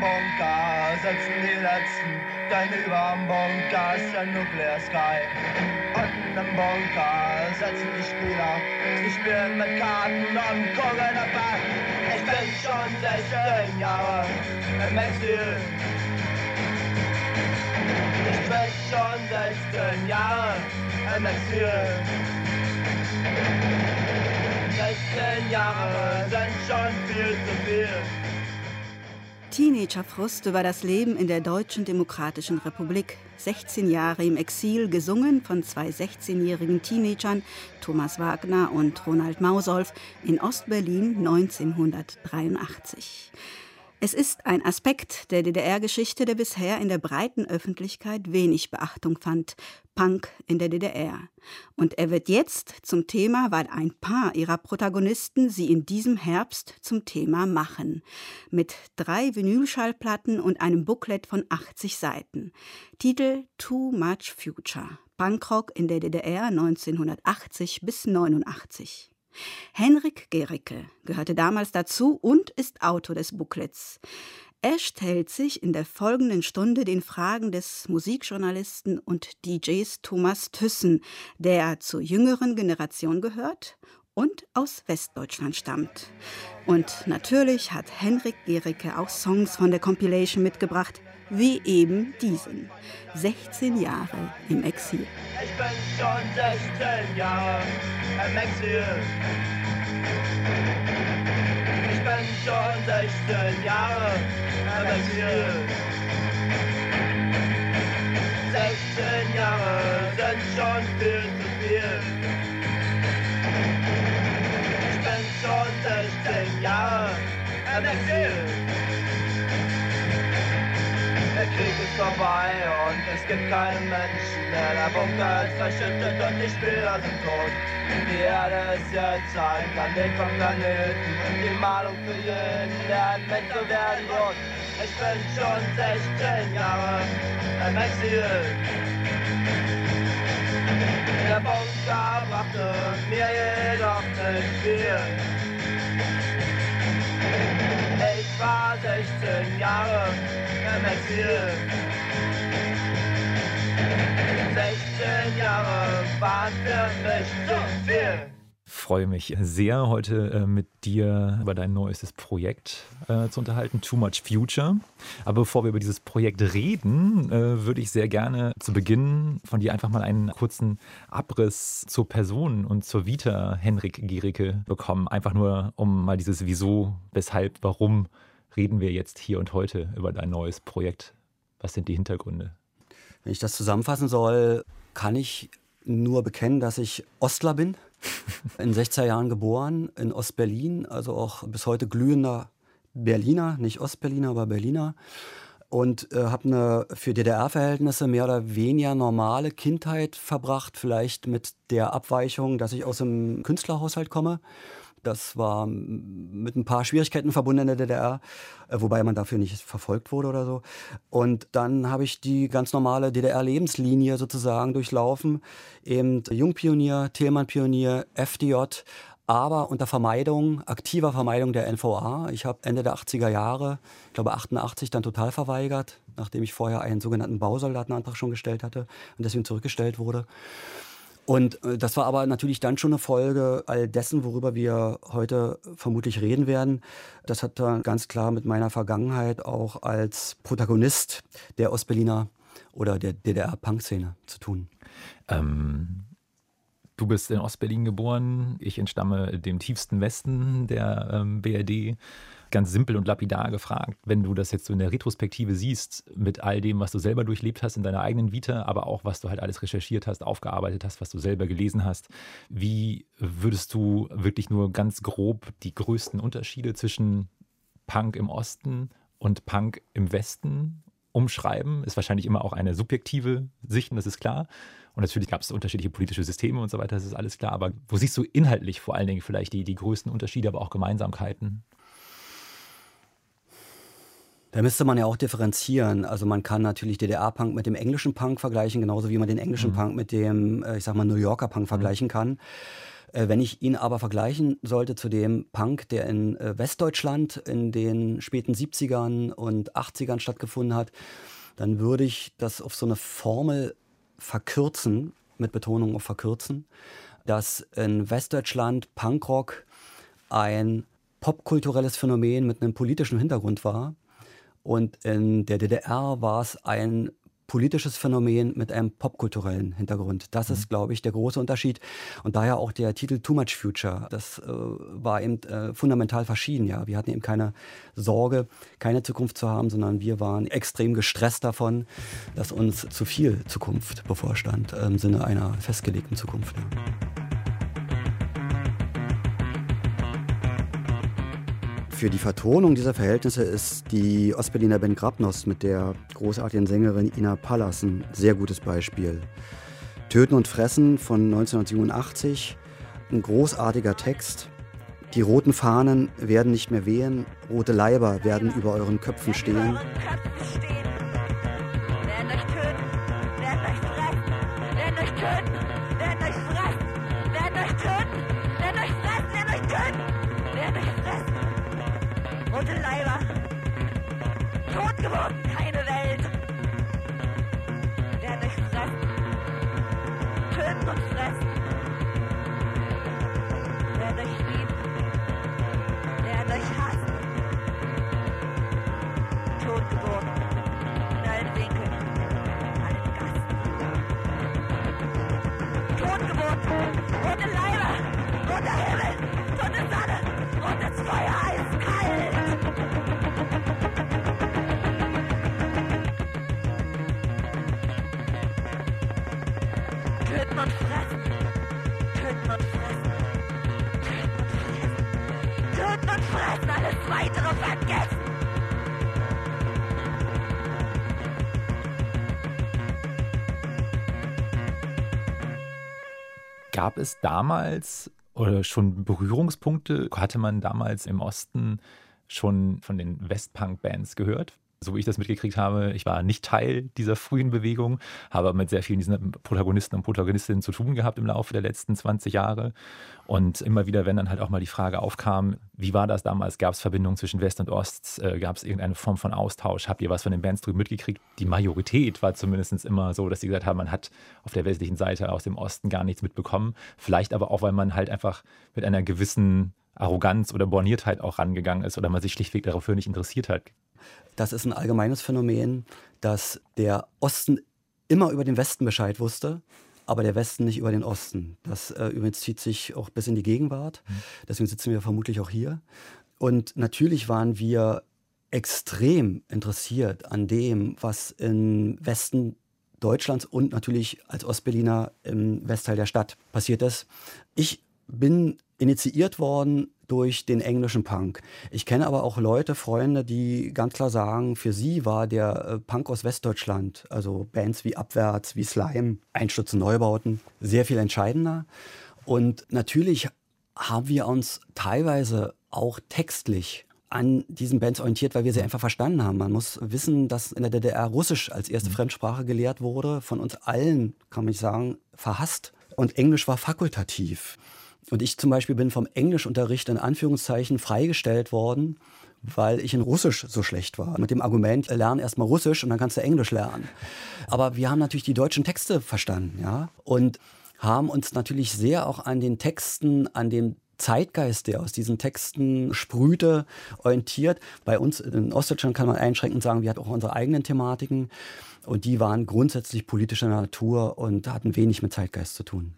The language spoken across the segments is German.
Bunker sitzen die Letzten, denn überm Bunker ist der Nuclear Sky. Unten im Bunker sitzen die Spieler, die spielen mit Karten und gucken dabei. Ich bin schon 16 Jahre im Exil. Ich bin schon 16 Jahre im Exil. 16 Jahre sind schon viel zu viel. Teenagerfrust über das Leben in der Deutschen Demokratischen Republik. 16 Jahre im Exil, gesungen von zwei 16-jährigen Teenagern, Thomas Wagner und Ronald Mausolf, in Ostberlin 1983. Es ist ein Aspekt der DDR-Geschichte, der bisher in der breiten Öffentlichkeit wenig Beachtung fand. Punk in der DDR. Und er wird jetzt zum Thema, weil ein paar ihrer Protagonisten sie in diesem Herbst zum Thema machen. Mit 3 Vinylschallplatten und einem Booklet von 80 Seiten. Titel Too Much Future. Punkrock in der DDR 1980 bis 89. Henrik Gericke gehörte damals dazu und ist Autor des Booklets. Er stellt sich in der folgenden Stunde den Fragen des Musikjournalisten und DJs Thomas Thyssen, der zur jüngeren Generation gehört und aus Westdeutschland stammt. Und natürlich hat Henrik Gericke auch Songs von der Compilation mitgebracht, wie eben diesen. 16 Jahre im Exil. Ich bin schon 16 Jahre im Exil. Ich bin schon 16 Jahre im Exil. 16 Jahre sind schon viel zu viel. Ich bin schon 16 Jahre im Exil. Der Krieg ist vorbei und es gibt keinen Menschen mehr. Der Bunker ist verschüttet und die Spieler sind tot. Die Erde ist jetzt ein Planet vom Planeten und die Malung für jeden, der ein Mensch zu werden droht. Ich bin schon 16 Jahre im Exil. Der Bunker brachte mir jedoch nicht viel. Ich war 16 Jahre im Exil. 16 Jahre waren für mich zu viel. Ich freue mich sehr, heute mit dir über dein neuestes Projekt zu unterhalten, Too Much Future. Aber bevor wir über dieses Projekt reden, würde ich sehr gerne zu Beginn von dir einfach mal einen kurzen Abriss zur Person und zur Vita Henrik Gericke bekommen. Einfach nur, um mal dieses Wieso, Weshalb, Warum reden wir jetzt hier und heute über dein neues Projekt. Was sind die Hintergründe? Wenn ich das zusammenfassen soll, kann ich nur bekennen, dass ich Ostler bin. In 16 Jahren geboren, in Ostberlin, also auch bis heute glühender Berliner, nicht Ostberliner, aber Berliner. Und habe eine für DDR-Verhältnisse mehr oder weniger normale Kindheit verbracht, vielleicht mit der Abweichung, dass ich aus einem Künstlerhaushalt komme. Das war mit ein paar Schwierigkeiten verbunden in der DDR, wobei man dafür nicht verfolgt wurde oder so. Und dann habe ich die ganz normale DDR-Lebenslinie sozusagen durchlaufen. Eben Jungpionier, Thälmann-Pionier, FDJ, aber unter Vermeidung, aktiver Vermeidung der NVA. Ich habe Ende der 80er Jahre, ich glaube 88, dann total verweigert, nachdem ich vorher einen sogenannten Bausoldatenantrag schon gestellt hatte und deswegen zurückgestellt wurde. Und das war aber natürlich dann schon eine Folge all dessen, worüber wir heute vermutlich reden werden. Das hat dann ganz klar mit meiner Vergangenheit auch als Protagonist der Ostberliner oder der DDR-Punk-Szene zu tun. Du bist in Ostberlin geboren, ich entstamme dem tiefsten Westen der BRD. Ganz simpel und lapidar gefragt, wenn du das jetzt so in der Retrospektive siehst, mit all dem, was du selber durchlebt hast in deiner eigenen Vita, aber auch, was du halt alles recherchiert hast, aufgearbeitet hast, was du selber gelesen hast, wie würdest du wirklich nur ganz grob die größten Unterschiede zwischen Punk im Osten und Punk im Westen umschreiben? Ist wahrscheinlich immer auch eine subjektive Sicht, und das ist klar. Und natürlich gab es unterschiedliche politische Systeme und so weiter, das ist alles klar. Aber wo siehst du inhaltlich vor allen Dingen vielleicht die größten Unterschiede, aber auch Gemeinsamkeiten? Da müsste man ja auch differenzieren. Also man kann natürlich DDR-Punk mit dem englischen Punk vergleichen, genauso wie man den englischen Punk mit dem, ich sag mal, New Yorker Punk vergleichen kann. Wenn ich ihn aber vergleichen sollte zu dem Punk, der in Westdeutschland in den späten 70ern und 80ern stattgefunden hat, dann würde ich das auf so eine Formel verkürzen, mit Betonung auf verkürzen, dass in Westdeutschland Punkrock ein popkulturelles Phänomen mit einem politischen Hintergrund war und in der DDR war es ein politisches Phänomen mit einem popkulturellen Hintergrund. Das ist, glaube ich, der große Unterschied. Und daher auch der Titel Too Much Future. Das war eben fundamental verschieden. Ja. Wir hatten eben keine Sorge, keine Zukunft zu haben, sondern wir waren extrem gestresst davon, dass uns zu viel Zukunft bevorstand, im Sinne einer festgelegten Zukunft. Ja. Für die Vertonung dieser Verhältnisse ist die Ostberliner Band Grabnos mit der großartigen Sängerin Ina Pallas ein sehr gutes Beispiel. Töten und Fressen von 1987, ein großartiger Text. Die roten Fahnen werden nicht mehr wehen, rote Leiber werden über euren Köpfen stehen. Rote Leiber, tot geworden, keine Welt. Werden euch fressen, töten und fressen. Werden euch lieben, werden euch hassen. Tot geworden, in allen Winkeln, in allen Gassen. Tot geworden, rote Leiber, roter Himmel, tote Sonne, rotes Feuer, eiskalt. Töten und fressen, töten und fressen, töten und fressen, alles weitere vergessen. Gab es damals oder schon Berührungspunkte? Hatte man damals im Osten schon von den Westpunk-Bands gehört? So wie ich das mitgekriegt habe, ich war nicht Teil dieser frühen Bewegung, habe mit sehr vielen diesen Protagonisten und Protagonistinnen zu tun gehabt im Laufe der letzten 20 Jahre. Und immer wieder, wenn dann halt auch mal die Frage aufkam, wie war das damals? Gab es Verbindungen zwischen West und Ost? Gab es irgendeine Form von Austausch? Habt ihr was von den Bands drüben mitgekriegt? Die Majorität war zumindest immer so, dass sie gesagt haben, man hat auf der westlichen Seite aus dem Osten gar nichts mitbekommen. Vielleicht aber auch, weil man halt einfach mit einer gewissen Arroganz oder Borniertheit auch rangegangen ist oder man sich schlichtweg dafür nicht interessiert hat. Das ist ein allgemeines Phänomen, dass der Osten immer über den Westen Bescheid wusste, aber der Westen nicht über den Osten. Das übrigens zieht sich auch bis in die Gegenwart. Deswegen sitzen wir vermutlich auch hier. Und natürlich waren wir extrem interessiert an dem, was im Westen Deutschlands und natürlich als Ostberliner im Westteil der Stadt passiert ist. Ich bin initiiert worden durch den englischen Punk. Ich kenne aber auch Leute, Freunde, die ganz klar sagen, für sie war der Punk aus Westdeutschland, also Bands wie Abwärts, wie Slime, Einsturz und Neubauten, sehr viel entscheidender. Und natürlich haben wir uns teilweise auch textlich an diesen Bands orientiert, weil wir sie einfach verstanden haben. Man muss wissen, dass in der DDR Russisch als erste Fremdsprache gelehrt wurde, von uns allen, kann man nicht sagen, verhasst. Und Englisch war fakultativ. Und ich zum Beispiel bin vom Englischunterricht in Anführungszeichen freigestellt worden, weil ich in Russisch so schlecht war. Mit dem Argument, lern erstmal Russisch und dann kannst du Englisch lernen. Aber wir haben natürlich die deutschen Texte verstanden, ja, und haben uns natürlich sehr auch an den Texten, an dem Zeitgeist, der aus diesen Texten sprühte, orientiert. Bei uns in Ostdeutschland kann man einschränkend sagen, wir hatten auch unsere eigenen Thematiken und die waren grundsätzlich politischer Natur und hatten wenig mit Zeitgeist zu tun.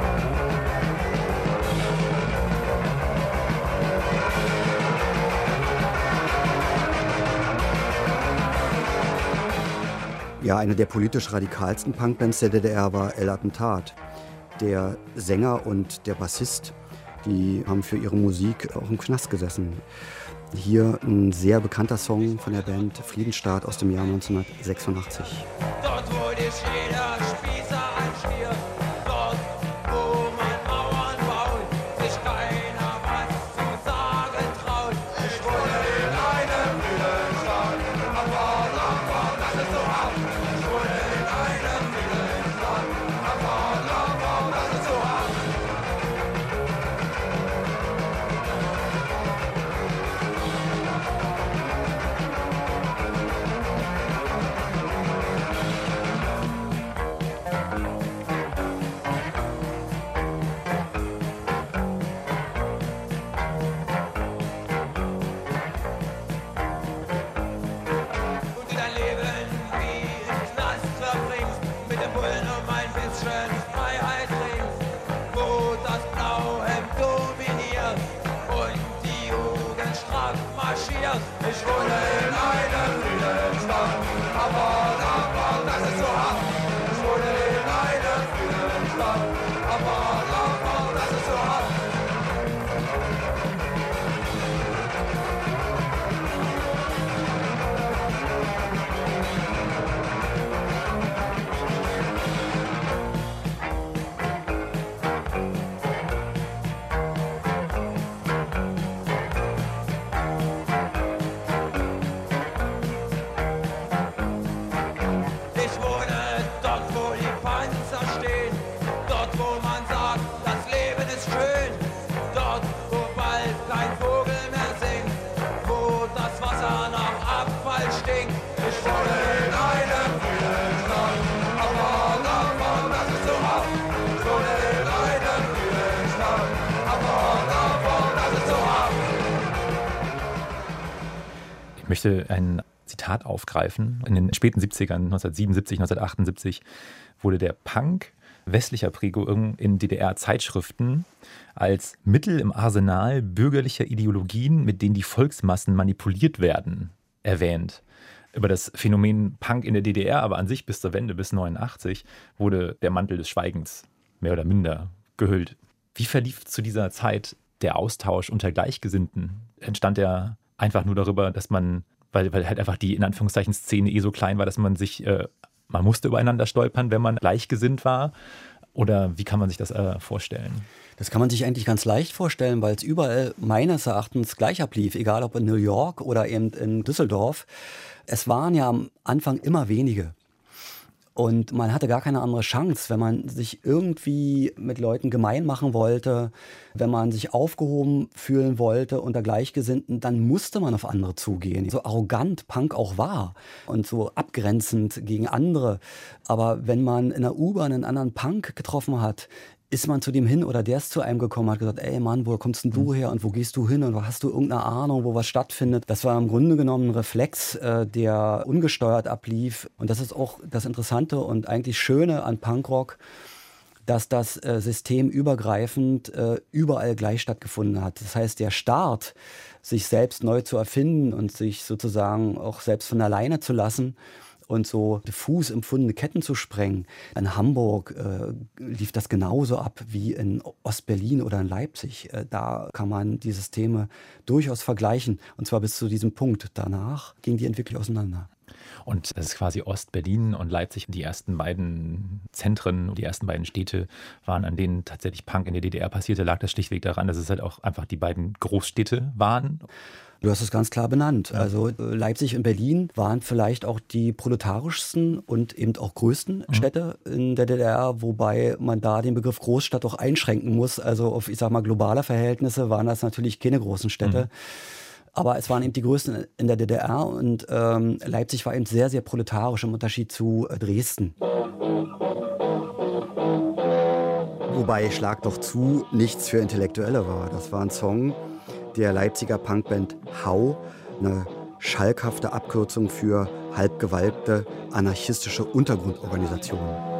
Ja, eine der politisch radikalsten Punkbands der DDR war El Attentat. Der Sänger und der Bassist, die haben für ihre Musik auch im Knast gesessen. Hier ein sehr bekannter Song von der Band Friedensstaat aus dem Jahr 1986. Dort, wo dir jeder Spießer ein Stier, dort, wo man Mauern baut, sich keiner was zu sagen traut. Ich wohne in einem Friedensstaat, aber das ist so hart. Ich wohne in einem Friedensstaat, aber das ist so hart. möchte ein Zitat aufgreifen. In den späten 70ern, 1977, 1978, wurde der Punk westlicher Prägung in DDR-Zeitschriften als Mittel im Arsenal bürgerlicher Ideologien, mit denen die Volksmassen manipuliert werden, erwähnt. Über das Phänomen Punk in der DDR, aber an sich bis zur Wende, bis 1989, wurde der Mantel des Schweigens mehr oder minder gehüllt. Wie verlief zu dieser Zeit der Austausch unter Gleichgesinnten? Entstand er einfach nur darüber, dass man, weil halt einfach die in Anführungszeichen Szene so klein war, dass man sich man musste übereinander stolpern, wenn man gleichgesinnt war? Oder wie kann man sich das vorstellen? Das kann man sich eigentlich ganz leicht vorstellen, weil es überall meines Erachtens gleich ablief, egal ob in New York oder eben in Düsseldorf. Es waren ja am Anfang immer wenige. Und man hatte gar keine andere Chance, wenn man sich irgendwie mit Leuten gemein machen wollte, wenn man sich aufgehoben fühlen wollte unter Gleichgesinnten, dann musste man auf andere zugehen. So arrogant Punk auch war und so abgrenzend gegen andere. Aber wenn man in der U-Bahn einen anderen Punk getroffen hat, ist man zu dem hin oder der ist zu einem gekommen, hat gesagt, ey Mann, wo kommst denn du her und wo gehst du hin und hast du irgendeine Ahnung, wo was stattfindet? Das war im Grunde genommen ein Reflex, der ungesteuert ablief. Und das ist auch das Interessante und eigentlich Schöne an Punkrock, dass das systemübergreifend überall gleich stattgefunden hat. Das heißt, der Start, sich selbst neu zu erfinden und sich sozusagen auch selbst von alleine zu lassen, und so diffus empfundene Ketten zu sprengen. In Hamburg lief das genauso ab wie in Ostberlin oder in Leipzig. Da kann man die Systeme durchaus vergleichen, und zwar bis zu diesem Punkt. Danach ging die Entwicklung auseinander. Und das ist quasi Ostberlin und Leipzig, die ersten beiden Zentren, die ersten beiden Städte waren, an denen tatsächlich Punk in der DDR passierte. Lag das schlichtweg daran, dass es halt auch einfach die beiden Großstädte waren? Du hast es ganz klar benannt. Ja. Also Leipzig und Berlin waren vielleicht auch die proletarischsten und eben auch größten Städte in der DDR, wobei man da den Begriff Großstadt auch einschränken muss. Also auf, ich sag mal, globale Verhältnisse waren das natürlich keine großen Städte. Aber es waren eben die größten in der DDR und Leipzig war eben sehr, sehr proletarisch im Unterschied zu Dresden. Wobei Schlag doch zu nichts für Intellektuelle war. Das war ein Song der Leipziger Punkband Hau, eine schalkhafte Abkürzung für halbgewalkte anarchistische Untergrundorganisation.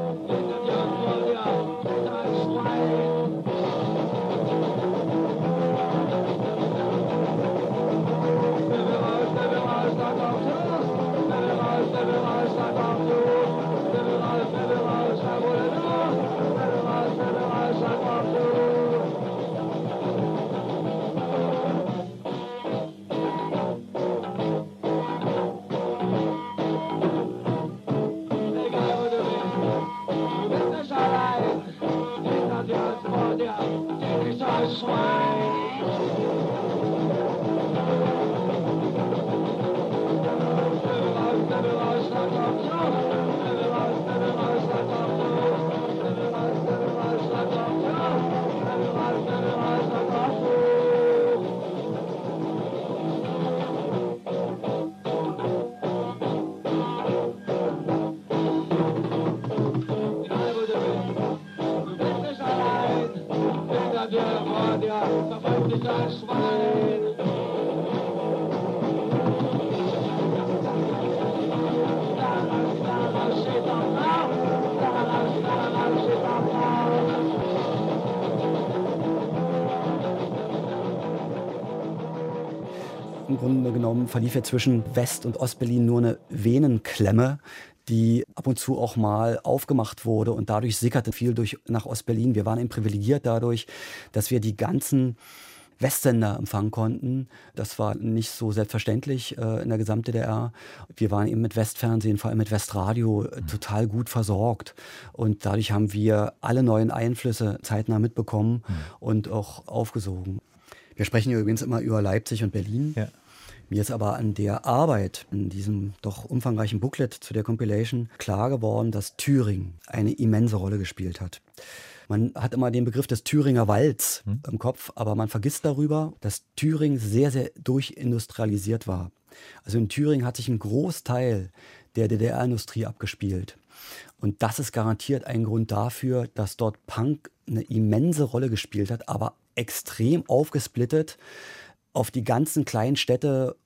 Im Grunde genommen verlief ja zwischen West- und Ostberlin nur eine Venenklemme, die ab und zu auch mal aufgemacht wurde und dadurch sickerte viel nach Ostberlin. Wir waren eben privilegiert dadurch, dass wir die ganzen Westsender empfangen konnten. Das war nicht so selbstverständlich in der Gesamt-DDR. Wir waren eben mit Westfernsehen, vor allem mit Westradio, total gut versorgt. Und dadurch haben wir alle neuen Einflüsse zeitnah mitbekommen und auch aufgesogen. Wir sprechen ja übrigens immer über Leipzig und Berlin. Ja. Mir ist aber an der Arbeit, in diesem doch umfangreichen Booklet zu der Compilation, klar geworden, dass Thüringen eine immense Rolle gespielt hat. Man hat immer den Begriff des Thüringer Walds im Kopf, aber man vergisst darüber, dass Thüringen sehr, sehr durchindustrialisiert war. Also in Thüringen hat sich ein Großteil der DDR-Industrie abgespielt. Und das ist garantiert ein Grund dafür, dass dort Punk eine immense Rolle gespielt hat, aber extrem aufgesplittet auf die ganzen kleinen Städte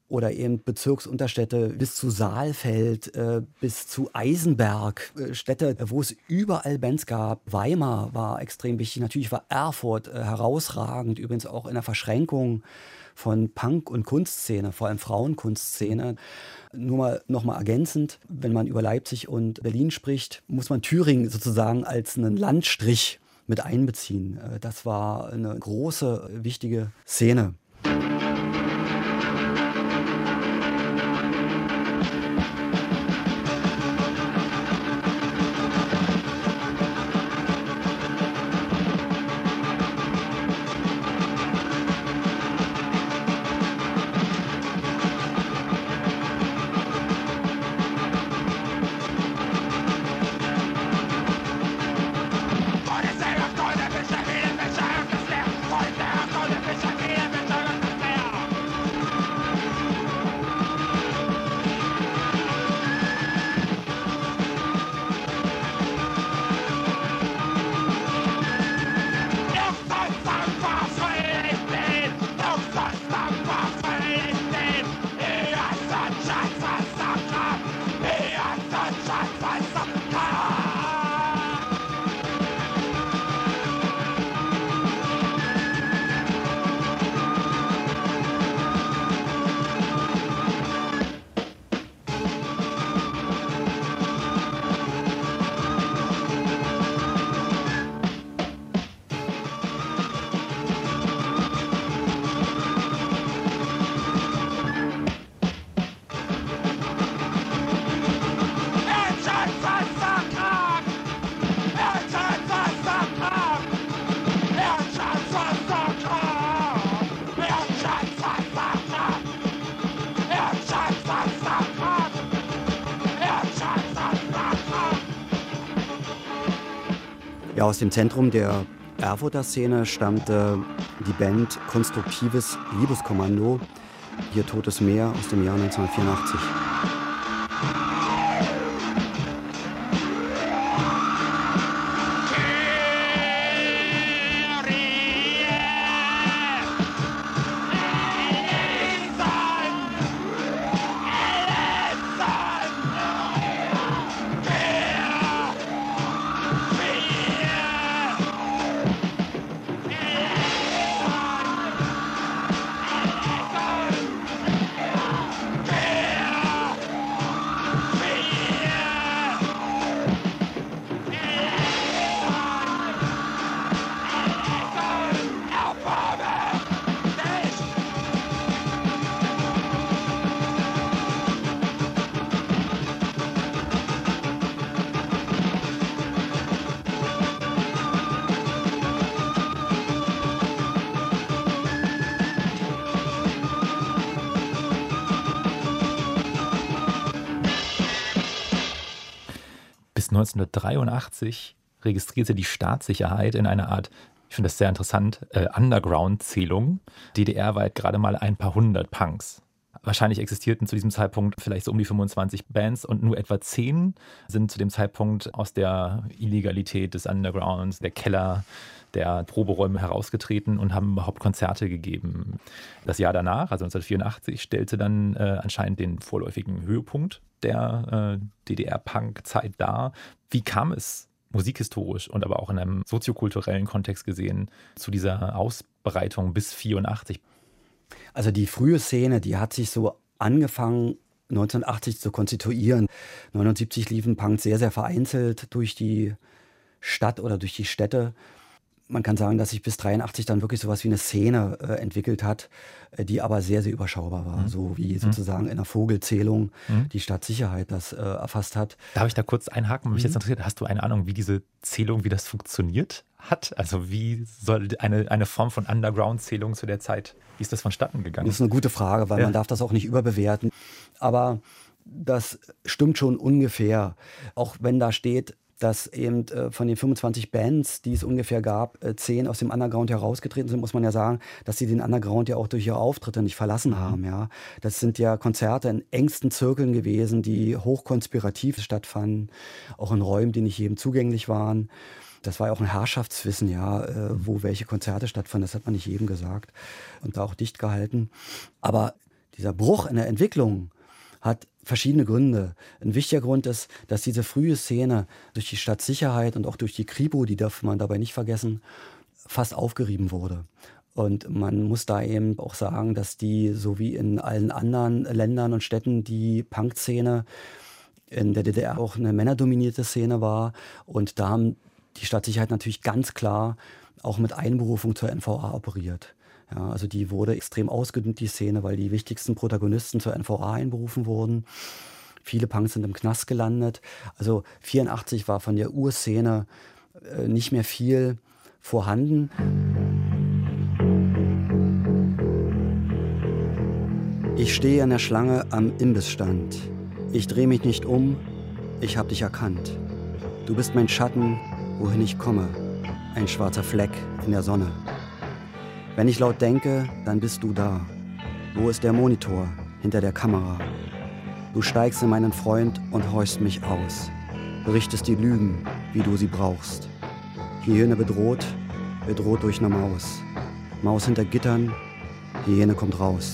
oder eben Bezirksunterstädte bis zu Saalfeld, bis zu Eisenberg, Städte, wo es überall Bands gab. Weimar war extrem wichtig, natürlich war Erfurt herausragend, übrigens auch in der Verschränkung von Punk- und Kunstszene, vor allem Frauenkunstszene. Nur noch mal ergänzend, wenn man über Leipzig und Berlin spricht, muss man Thüringen sozusagen als einen Landstrich mit einbeziehen. Das war eine große, wichtige Szene. Ja, aus dem Zentrum der Erfurter Szene stammte die Band Konstruktives Liebeskommando, Ihr Totes Meer aus dem Jahr 1984. Bis 1983 registrierte die Staatssicherheit in einer Art, ich finde das sehr interessant, Underground-Zählung DDR-weit gerade mal ein paar hundert Punks. Wahrscheinlich existierten zu diesem Zeitpunkt vielleicht so um die 25 Bands und nur etwa 10 sind zu dem Zeitpunkt aus der Illegalität des Undergrounds, der Keller, der Proberäume herausgetreten und haben überhaupt Konzerte gegeben. Das Jahr danach, also 1984, stellte dann anscheinend den vorläufigen Höhepunkt der DDR-Punk-Zeit dar. Wie kam es musikhistorisch und aber auch in einem soziokulturellen Kontext gesehen zu dieser Ausbreitung bis 1984? Also die frühe Szene, die hat sich so angefangen 1980 zu konstituieren. 1979 liefen Punks sehr, sehr vereinzelt durch die Stadt oder durch die Städte. Man kann sagen, dass sich bis 1983 dann wirklich sowas wie eine Szene entwickelt hat, die aber sehr, sehr überschaubar war. So wie sozusagen in der Vogelzählung die Stadtsicherheit das erfasst hat. Darf ich da kurz einhaken? Mich jetzt interessiert, hast du eine Ahnung, wie diese Zählung, wie das funktioniert hat? Also wie soll eine Form von Underground-Zählung zu der Zeit, wie ist das vonstatten gegangen? Das ist eine gute Frage, weil man darf das auch nicht überbewerten. Aber das stimmt schon ungefähr. Auch wenn da steht, dass eben von den 25 Bands, die es ungefähr gab, 10 aus dem Underground herausgetreten sind, muss man ja sagen, dass sie den Underground ja auch durch ihre Auftritte nicht verlassen haben. Ja. Das sind ja Konzerte in engsten Zirkeln gewesen, die hochkonspirativ stattfanden, auch in Räumen, die nicht jedem zugänglich waren. Das war ja auch ein Herrschaftswissen, ja, wo welche Konzerte stattfanden, das hat man nicht jedem gesagt und da auch dicht gehalten. Aber dieser Bruch in der Entwicklung hat verschiedene Gründe. Ein wichtiger Grund ist, dass diese frühe Szene durch die Stadtsicherheit und auch durch die Kripo, die darf man dabei nicht vergessen, fast aufgerieben wurde. Und man muss da eben auch sagen, dass die, so wie in allen anderen Ländern und Städten, die Punkszene in der DDR auch eine männerdominierte Szene war. Und da haben die Stadtsicherheit natürlich ganz klar auch mit Einberufung zur NVA operiert. Ja, also die wurde extrem ausgedünnt, die Szene, weil die wichtigsten Protagonisten zur NVA einberufen wurden. Viele Punks sind im Knast gelandet. Also 1984 war von der Urszene nicht mehr viel vorhanden. Ich stehe in der Schlange am Imbissstand. Ich drehe mich nicht um, ich hab dich erkannt. Du bist mein Schatten, wohin ich komme. Ein schwarzer Fleck in der Sonne. Wenn ich laut denke, dann bist du da. Wo ist der Monitor hinter der Kamera? Du steigst in meinen Freund und horchst mich aus. Berichtest die Lügen, wie du sie brauchst. Hyäne bedroht durch eine Maus. Maus hinter Gittern, Hyäne kommt raus.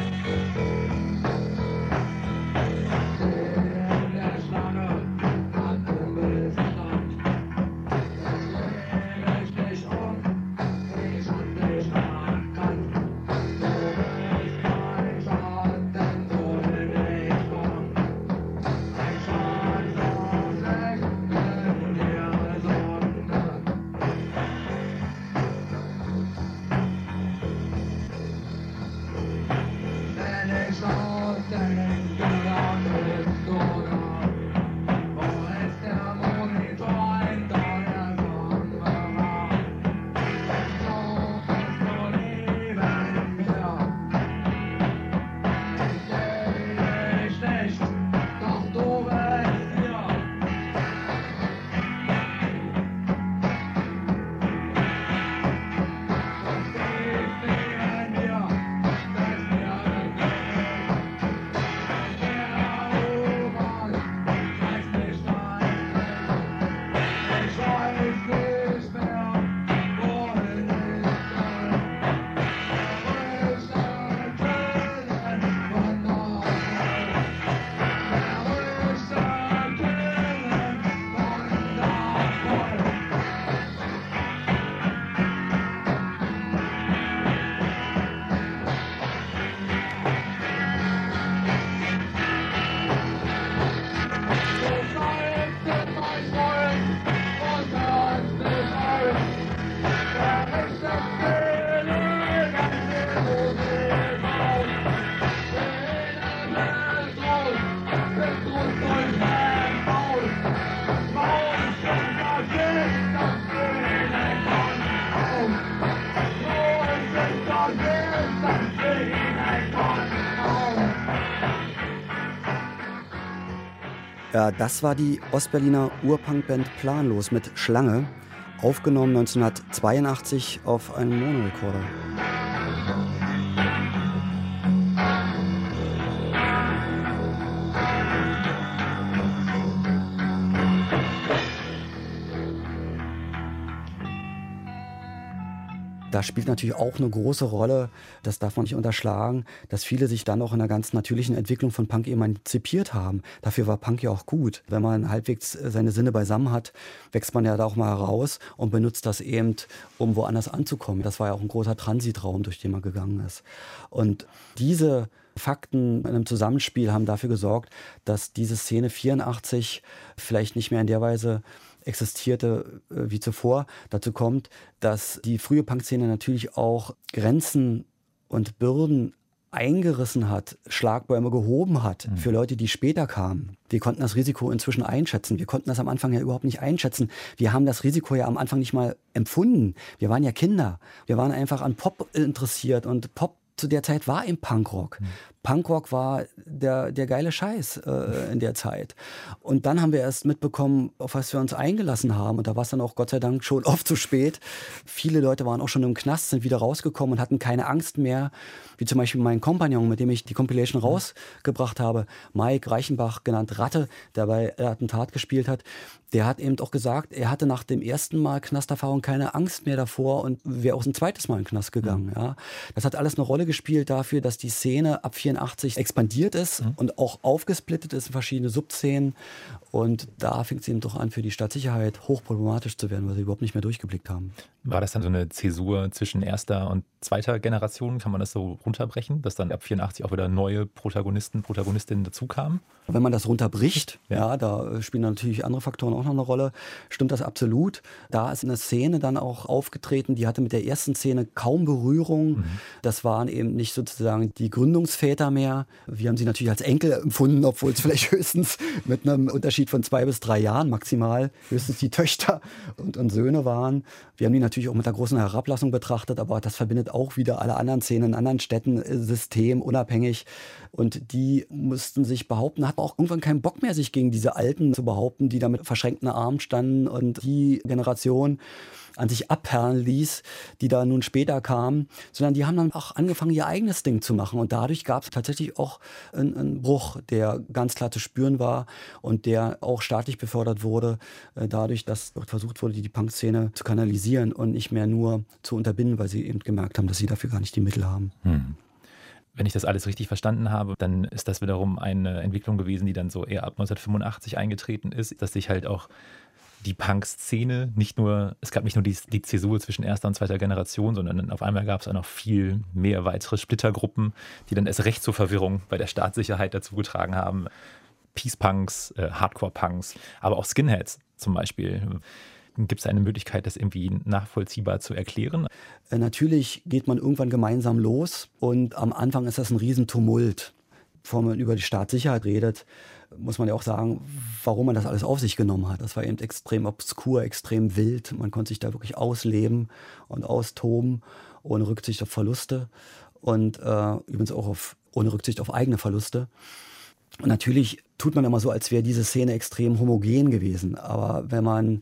Ja, das war die Ostberliner Urpunkband Planlos mit Schlange, aufgenommen 1982 auf einem Monorekorder. Da spielt natürlich auch eine große Rolle, das darf man nicht unterschlagen, dass viele sich dann auch in der ganz natürlichen Entwicklung von Punk emanzipiert haben. Dafür war Punk ja auch gut. Wenn man halbwegs seine Sinne beisammen hat, wächst man ja da auch mal heraus und benutzt das eben, um woanders anzukommen. Das war ja auch ein großer Transitraum, durch den man gegangen ist. Und diese Fakten in einem Zusammenspiel haben dafür gesorgt, dass diese Szene 84 vielleicht nicht mehr in der Weise existierte wie zuvor. Dazu kommt, dass die frühe Punkszene natürlich auch Grenzen und Bürden eingerissen hat, Schlagbäume gehoben hat für Leute, die später kamen. Wir konnten das Risiko inzwischen einschätzen. Wir konnten das am Anfang ja überhaupt nicht einschätzen. Wir haben das Risiko ja am Anfang nicht mal empfunden. Wir waren ja Kinder. Wir waren einfach an Pop interessiert und Pop zu der Zeit war im Punkrock. Punkrock war der geile Scheiß in der Zeit. Und dann haben wir erst mitbekommen, auf was wir uns eingelassen haben. Und da war es dann auch Gott sei Dank schon oft zu spät. Viele Leute waren auch schon im Knast, sind wieder rausgekommen und hatten keine Angst mehr. Wie zum Beispiel mein Kompagnon, mit dem ich die Compilation rausgebracht habe, Mike Reichenbach, genannt Ratte, der bei Attentat gespielt hat. Der hat eben auch gesagt, er hatte nach dem ersten Mal Knasterfahrung keine Angst mehr davor und wäre auch ein zweites Mal in den Knast gegangen. Ja. Das hat alles eine Rolle gespielt dafür, dass die Szene ab 84 84 expandiert ist und auch aufgesplittet ist in verschiedene Subszenen. Und da fängt es eben doch an, für die Stadtsicherheit hochproblematisch zu werden, weil sie überhaupt nicht mehr durchgeblickt haben. War das dann so eine Zäsur zwischen erster und zweiter Generation? Kann man das so runterbrechen, dass dann ab 84 auch wieder neue Protagonisten, Protagonistinnen dazukamen? Wenn man das runterbricht, ja, da spielen natürlich andere Faktoren auch noch eine Rolle, stimmt das absolut. Da ist eine Szene dann auch aufgetreten, die hatte mit der ersten Szene kaum Berührung. Das waren eben nicht sozusagen die Gründungsväter mehr. Wir haben sie natürlich als Enkel empfunden, obwohl es vielleicht höchstens mit einem Unterschied von 2 bis 3 Jahren maximal höchstens die Töchter und Söhne waren. Wir haben die natürlich auch mit einer großen Herablassung betrachtet, aber das verbindet auch wieder alle anderen Szenen in anderen Städten, System, unabhängig. Und die mussten sich behaupten, hatten auch irgendwann keinen Bock mehr, sich gegen diese Alten zu behaupten, die da mit verschränkten Armen standen und die Generation an sich abperlen ließ, die da nun später kamen, sondern die haben dann auch angefangen, ihr eigenes Ding zu machen. Und dadurch gab es tatsächlich auch einen Bruch, der ganz klar zu spüren war und der auch staatlich befördert wurde, dadurch, dass dort versucht wurde, die Punk-Szene zu kanalisieren und nicht mehr nur zu unterbinden, weil sie eben gemerkt haben, dass sie dafür gar nicht die Mittel haben. Wenn ich das alles richtig verstanden habe, dann ist das wiederum eine Entwicklung gewesen, die dann so eher ab 1985 eingetreten ist, dass sich halt auch die Punk-Szene es gab nicht nur die Zäsur zwischen erster und zweiter Generation, sondern auf einmal gab es auch noch viel mehr weitere Splittergruppen, die dann erst recht zur Verwirrung bei der Staatssicherheit dazu getragen haben. Peace-Punks, Hardcore-Punks, aber auch Skinheads zum Beispiel. Gibt es eine Möglichkeit, das irgendwie nachvollziehbar zu erklären? Natürlich geht man irgendwann gemeinsam los und am Anfang ist das ein Riesentumult. Bevor man über die Staatssicherheit redet, muss man ja auch sagen, warum man das alles auf sich genommen hat. Das war eben extrem obskur, extrem wild. Man konnte sich da wirklich ausleben und austoben, ohne Rücksicht auf Verluste und übrigens auch ohne Rücksicht auf eigene Verluste. Und natürlich tut man immer so, als wäre diese Szene extrem homogen gewesen. Aber wenn man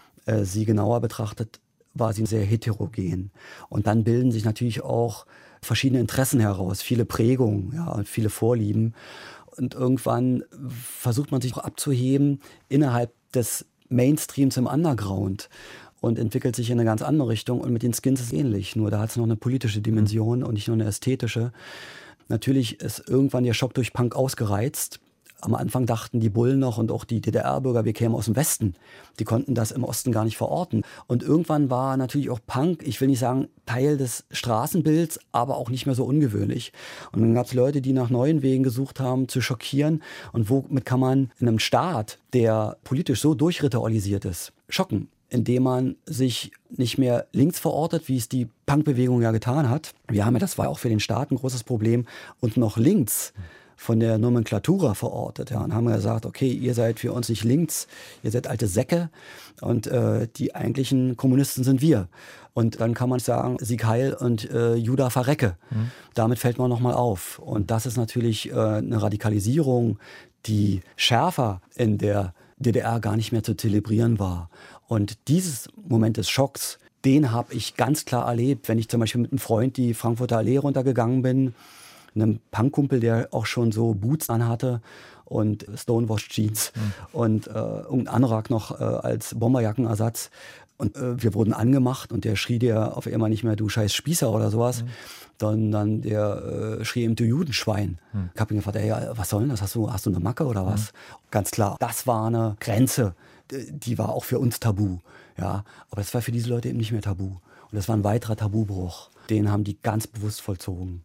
sie genauer betrachtet, war sie sehr heterogen. Und dann bilden sich natürlich auch verschiedene Interessen heraus, viele Prägungen, ja, und viele Vorlieben. Und irgendwann versucht man sich auch abzuheben innerhalb des Mainstreams im Underground und entwickelt sich in eine ganz andere Richtung. Und mit den Skins ist es ähnlich, nur da hat es noch eine politische Dimension und nicht nur eine ästhetische. Natürlich ist irgendwann der Schock durch Punk ausgereizt. Am Anfang dachten die Bullen noch und auch die DDR-Bürger, wir kämen aus dem Westen. Die konnten das im Osten gar nicht verorten. Und irgendwann war natürlich auch Punk, ich will nicht sagen Teil des Straßenbilds, aber auch nicht mehr so ungewöhnlich. Und dann gab es Leute, die nach neuen Wegen gesucht haben, zu schockieren. Und womit kann man in einem Staat, der politisch so durchritualisiert ist, schocken? Indem man sich nicht mehr links verortet, wie es die Punkbewegung ja getan hat. Wir haben ja, das war auch für den Staat ein großes Problem, und noch links von der Nomenklatura verortet. Ja, und haben gesagt, okay, ihr seid für uns nicht links, ihr seid alte Säcke und die eigentlichen Kommunisten sind wir. Und dann kann man sagen, Sieg Heil und Juda verrecke. Damit fällt man nochmal auf. Und das ist natürlich eine Radikalisierung, die schärfer in der DDR gar nicht mehr zu zelebrieren war. Und dieses Moment des Schocks, den habe ich ganz klar erlebt, wenn ich zum Beispiel mit einem Freund die Frankfurter Allee runtergegangen bin, einem Punkkumpel, der auch schon so Boots anhatte und Stonewash-Jeans und irgendein Anorak noch als Bomberjackenersatz. Und wir wurden angemacht und der schrie dir auf einmal nicht mehr, du scheiß Spießer oder sowas, sondern der schrie ihm, du Judenschwein. Ich habe ihn gefragt, ey, was soll denn das? Hast du eine Macke oder was? Ganz klar, das war eine Grenze, die war auch für uns tabu. Ja, aber das war für diese Leute eben nicht mehr tabu. Und das war ein weiterer Tabubruch. Den haben die ganz bewusst vollzogen.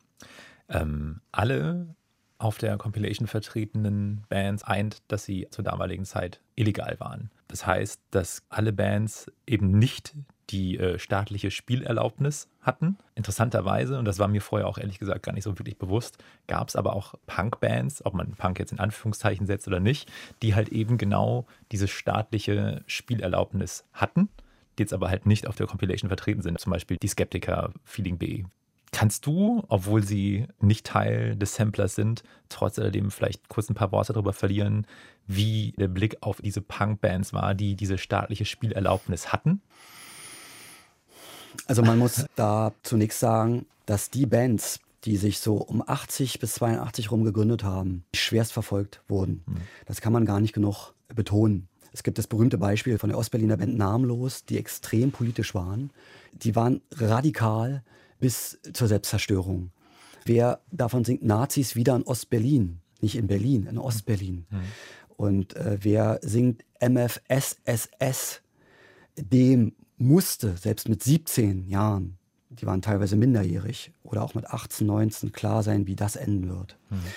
Alle auf der Compilation vertretenen Bands eint, dass sie zur damaligen Zeit illegal waren. Das heißt, dass alle Bands eben nicht die staatliche Spielerlaubnis hatten. Interessanterweise, und das war mir vorher auch ehrlich gesagt gar nicht so wirklich bewusst, gab es aber auch Punk-Bands, ob man Punk jetzt in Anführungszeichen setzt oder nicht, die halt eben genau diese staatliche Spielerlaubnis hatten, die jetzt aber halt nicht auf der Compilation vertreten sind. Zum Beispiel die Skeptiker, Feeling B. Kannst du, obwohl sie nicht Teil des Samplers sind, trotz alledem vielleicht kurz ein paar Worte darüber verlieren, wie der Blick auf diese Punk-Bands war, die diese staatliche Spielerlaubnis hatten? Also man muss da zunächst sagen, dass die Bands, die sich so um 80 bis 82 rum gegründet haben, schwerst verfolgt wurden. Das kann man gar nicht genug betonen. Es gibt das berühmte Beispiel von der Ostberliner Band Namenlos, die extrem politisch waren. Die waren radikal bis zur Selbstzerstörung. Wer davon singt Nazis wieder in Ostberlin? Nicht in Berlin, in Ostberlin. Und wer singt MFSSS? Dem musste, selbst mit 17 Jahren, die waren teilweise minderjährig oder auch mit 18, 19, klar sein, wie das enden wird.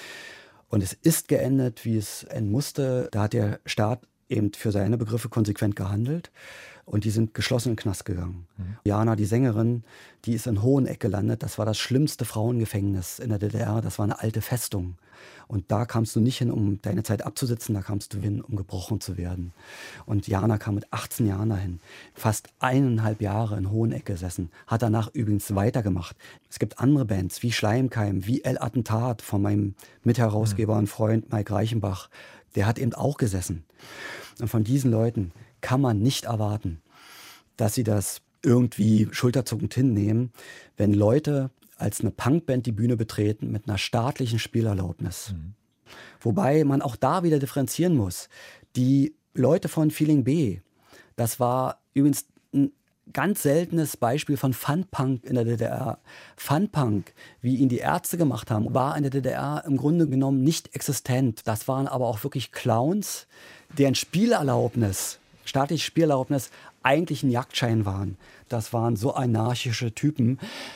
Und es ist geendet, wie es enden musste. Da hat der Staat eben für seine Begriffe konsequent gehandelt. Und die sind geschlossen in den Knast gegangen. Jana, die Sängerin, die ist in Hoheneck gelandet. Das war das schlimmste Frauengefängnis in der DDR. Das war eine alte Festung. Und da kamst du nicht hin, um deine Zeit abzusitzen. Da kamst du hin, um gebrochen zu werden. Und Jana kam mit 18 Jahren dahin. Fast 1,5 Jahre in Hoheneck gesessen. Hat danach übrigens weitergemacht. Es gibt andere Bands wie Schleimkeim, wie El Attentat von meinem Mitherausgeber und Freund Mike Reichenbach. Der hat eben auch gesessen. Und von diesen Leuten kann man nicht erwarten, dass sie das irgendwie schulterzuckend hinnehmen, wenn Leute als eine Punkband die Bühne betreten mit einer staatlichen Spielerlaubnis. Wobei man auch da wieder differenzieren muss. Die Leute von Feeling B, das war übrigens ein ganz seltenes Beispiel von Funpunk in der DDR. Funpunk, wie ihn die Ärzte gemacht haben, war in der DDR im Grunde genommen nicht existent. Das waren aber auch wirklich Clowns, deren Spielerlaubnis, staatliche Spielerlaubnis, eigentlich ein Jagdschein waren. Das waren so anarchische Typen.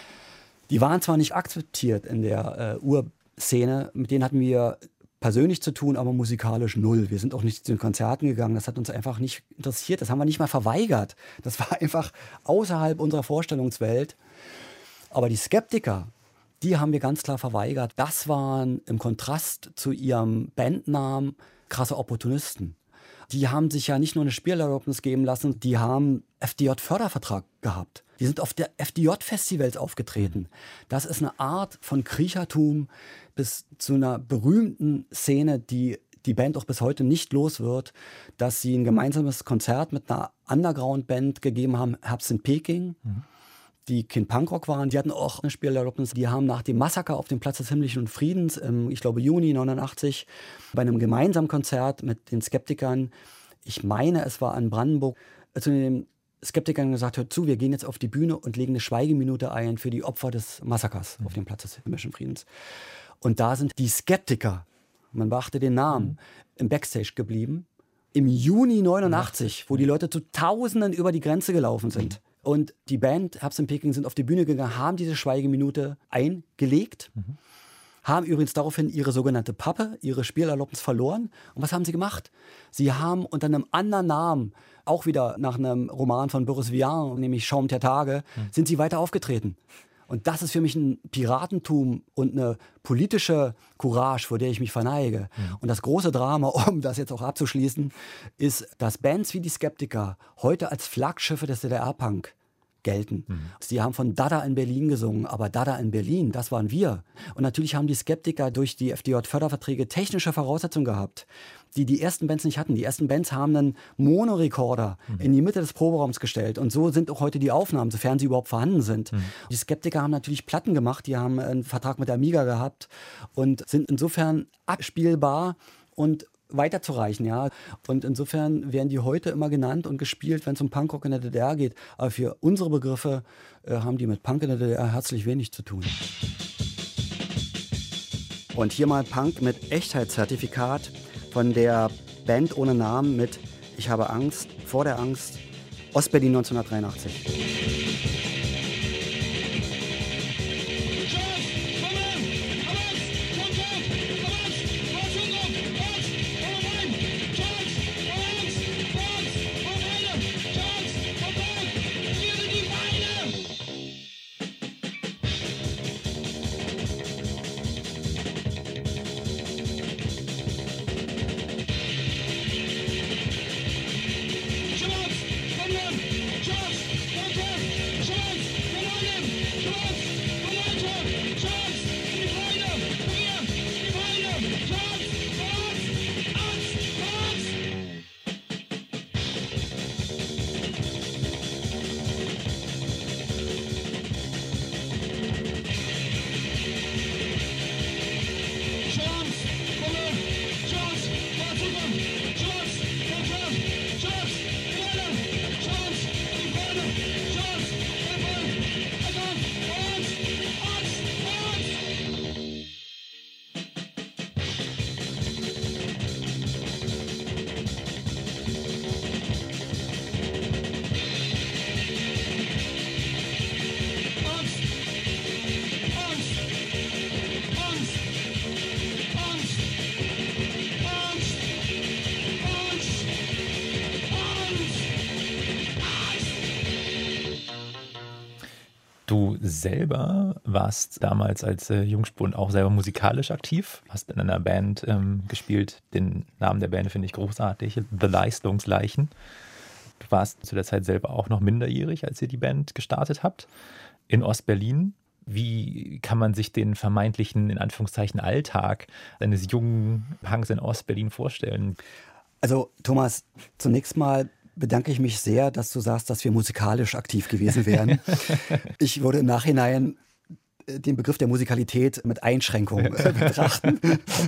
Die waren zwar nicht akzeptiert in der Urszene, mit denen hatten wir persönlich zu tun, aber musikalisch null. Wir sind auch nicht zu den Konzerten gegangen, das hat uns einfach nicht interessiert, das haben wir nicht mal verweigert. Das war einfach außerhalb unserer Vorstellungswelt. Aber die Skeptiker, die haben wir ganz klar verweigert. Das waren im Kontrast zu ihrem Bandnamen krasse Opportunisten. Die haben sich ja nicht nur eine Spielerlaubnis geben lassen, die haben FDJ-Fördervertrag gehabt. Die sind auf der FDJ-Festivals aufgetreten. Das ist eine Art von Kriechertum bis zu einer berühmten Szene, die die Band auch bis heute nicht los wird, dass sie ein gemeinsames Konzert mit einer Underground-Band gegeben haben, Herbst in Peking, die kein Punkrock waren. Die hatten auch eine Spielerlaubnis. Die haben nach dem Massaker auf dem Platz des Himmlischen Friedens im, ich glaube, Juni 89 bei einem gemeinsamen Konzert mit den Skeptikern, ich meine, es war in Brandenburg, zu den Skeptikern gesagt, hört zu, wir gehen jetzt auf die Bühne und legen eine Schweigeminute ein für die Opfer des Massakers auf dem Platz des Himmlischen Friedens. Und da sind die Skeptiker, man beachte den Namen, im Backstage geblieben. Im Juni 89, wo die Leute zu Tausenden über die Grenze gelaufen sind. Und die Band Herbst in Peking sind auf die Bühne gegangen, haben diese Schweigeminute eingelegt, haben übrigens daraufhin ihre sogenannte Pappe, ihre Spielerlaubnis verloren. Und was haben sie gemacht? Sie haben unter einem anderen Namen, auch wieder nach einem Roman von Boris Vian, nämlich Schaum der Tage, sind sie weiter aufgetreten. Und das ist für mich ein Piratentum und eine politische Courage, vor der ich mich verneige. Und das große Drama, um das jetzt auch abzuschließen, ist, dass Bands wie die Skeptiker heute als Flaggschiffe des DDR-Punk gelten. Sie haben von Dada in Berlin gesungen, aber Dada in Berlin, das waren wir. Und natürlich haben die Skeptiker durch die FDJ-Förderverträge technische Voraussetzungen gehabt, die die ersten Bands nicht hatten. Die ersten Bands haben einen Monorekorder in die Mitte des Proberaums gestellt. Und so sind auch heute die Aufnahmen, sofern sie überhaupt vorhanden sind. Die Skeptiker haben natürlich Platten gemacht, die haben einen Vertrag mit der Amiga gehabt und sind insofern abspielbar und weiterzureichen, ja. Und insofern werden die heute immer genannt und gespielt, wenn es um Punkrock in der DDR geht. Aber für unsere Begriffe haben die mit Punk in der DDR herzlich wenig zu tun. Und hier mal Punk mit Echtheitszertifikat von der Band ohne Namen mit Ich habe Angst, vor der Angst, Ostberlin 1983. Du selber warst damals als Jungspund auch selber musikalisch aktiv, hast in einer Band gespielt. Den Namen der Band finde ich großartig, The Leistungsleichen. Du warst zu der Zeit selber auch noch minderjährig, als ihr die Band gestartet habt, in Ostberlin. Wie kann man sich den vermeintlichen, in Anführungszeichen, Alltag eines jungen Punks in Ostberlin vorstellen? Also Thomas, zunächst mal bedanke ich mich sehr, dass du sagst, dass wir musikalisch aktiv gewesen wären. Ich würde im Nachhinein den Begriff der Musikalität mit Einschränkung betrachten.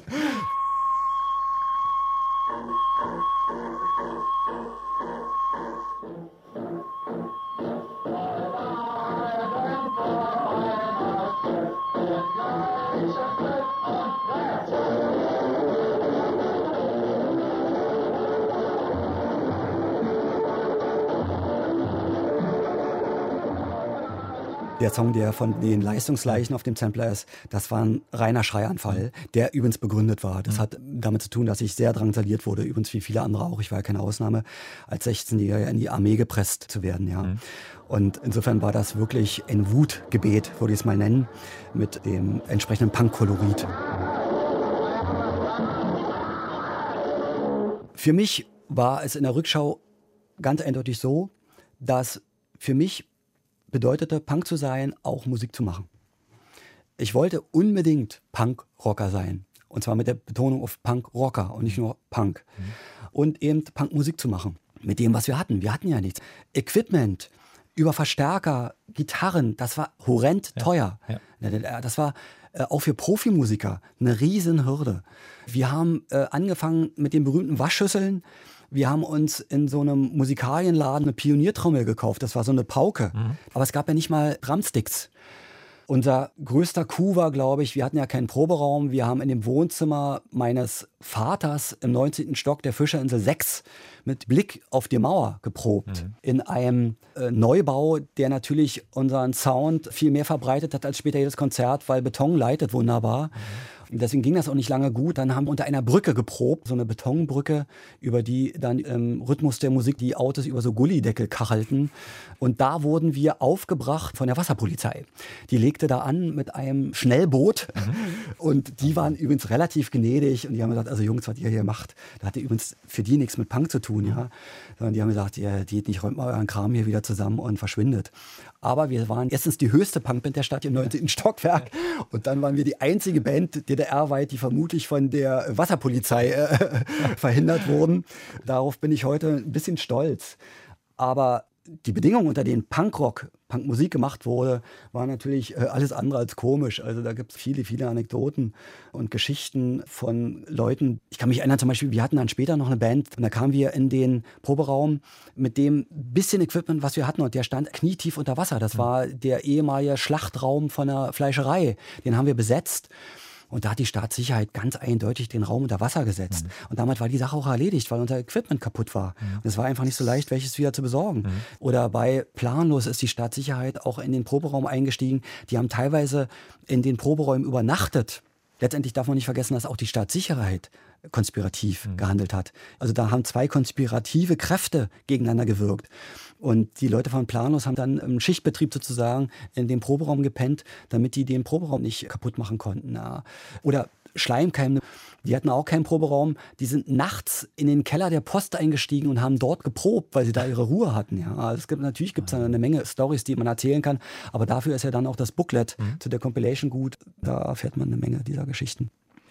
Der Song, der von den Leistungsleichen auf dem Sampler ist, das war ein reiner Schreianfall, der übrigens begründet war. Das hat damit zu tun, dass ich sehr drangsaliert wurde, übrigens wie viele andere auch, ich war ja keine Ausnahme, als 16-Jähriger in die Armee gepresst zu werden. Ja. Und insofern war das wirklich ein Wutgebet, würde ich es mal nennen, mit dem entsprechenden Punk-Kolorit. Für mich war es in der Rückschau ganz eindeutig so, dass für mich bedeutete, Punk zu sein, auch Musik zu machen. Ich wollte unbedingt Punk-Rocker sein. Und zwar mit der Betonung auf Punk-Rocker und nicht nur Punk. Und eben Punk-Musik zu machen. Mit dem, was wir hatten. Wir hatten ja nichts. Equipment, über Verstärker, Gitarren, das war horrend teuer. Ja. Das war auch für Profimusiker eine Riesenhürde. Wir haben angefangen mit den berühmten Waschschüsseln. Wir haben uns in so einem Musikalienladen eine Pioniertrommel gekauft. Das war so eine Pauke. Aber es gab ja nicht mal Drumsticks. Unser größter Coup war, glaube ich, wir hatten ja keinen Proberaum. Wir haben in dem Wohnzimmer meines Vaters im 19. Stock der Fischerinsel 6 mit Blick auf die Mauer geprobt. In einem Neubau, der natürlich unseren Sound viel mehr verbreitet hat als später jedes Konzert, weil Beton leitet wunderbar. Deswegen ging das auch nicht lange gut. Dann haben wir unter einer Brücke geprobt, so eine Betonbrücke, über die dann im Rhythmus der Musik die Autos über so Gullideckel kachelten. Und da wurden wir aufgebracht von der Wasserpolizei. Die legte da an mit einem Schnellboot. Und die waren übrigens relativ gnädig. Und die haben gesagt, also Jungs, was ihr hier macht, da hatte übrigens für die nichts mit Punk zu tun. Ja? Sondern die haben gesagt, ihr geht nicht, räumt mal euren Kram hier wieder zusammen und verschwindet. Aber wir waren erstens die höchste Punkband der Stadt im 19. Stockwerk. Und dann waren wir die einzige Band DDR-weit, die vermutlich von der Wasserpolizei verhindert wurden. Darauf bin ich heute ein bisschen stolz. Aber die Bedingungen, unter denen Punkrock, Punkmusik gemacht wurde, waren natürlich alles andere als komisch. Also da gibt es viele, viele Anekdoten und Geschichten von Leuten. Ich kann mich erinnern, zum Beispiel, wir hatten dann später noch eine Band und da kamen wir in den Proberaum mit dem bisschen Equipment, was wir hatten, und der stand knietief unter Wasser. Das war der ehemalige Schlachtraum von einer Fleischerei. Den haben wir besetzt. Und da hat die Staatssicherheit ganz eindeutig den Raum unter Wasser gesetzt. Und damit war die Sache auch erledigt, weil unser Equipment kaputt war. Und es war einfach nicht so leicht, welches wieder zu besorgen. Oder bei Planlos ist die Staatssicherheit auch in den Proberaum eingestiegen. Die haben teilweise in den Proberäumen übernachtet. Letztendlich darf man nicht vergessen, dass auch die Staatssicherheit konspirativ gehandelt hat. Also da haben zwei konspirative Kräfte gegeneinander gewirkt. Und die Leute von Planlos haben dann im Schichtbetrieb sozusagen in dem Proberaum gepennt, damit die den Proberaum nicht kaputt machen konnten. Ja. Oder Schleimkeim, die hatten auch keinen Proberaum. Die sind nachts in den Keller der Post eingestiegen und haben dort geprobt, weil sie da ihre Ruhe hatten. Ja. Also natürlich gibt es da eine Menge Storys, die man erzählen kann. Aber dafür ist ja dann auch das Booklet zu der Compilation gut. Da erfährt man eine Menge dieser Geschichten.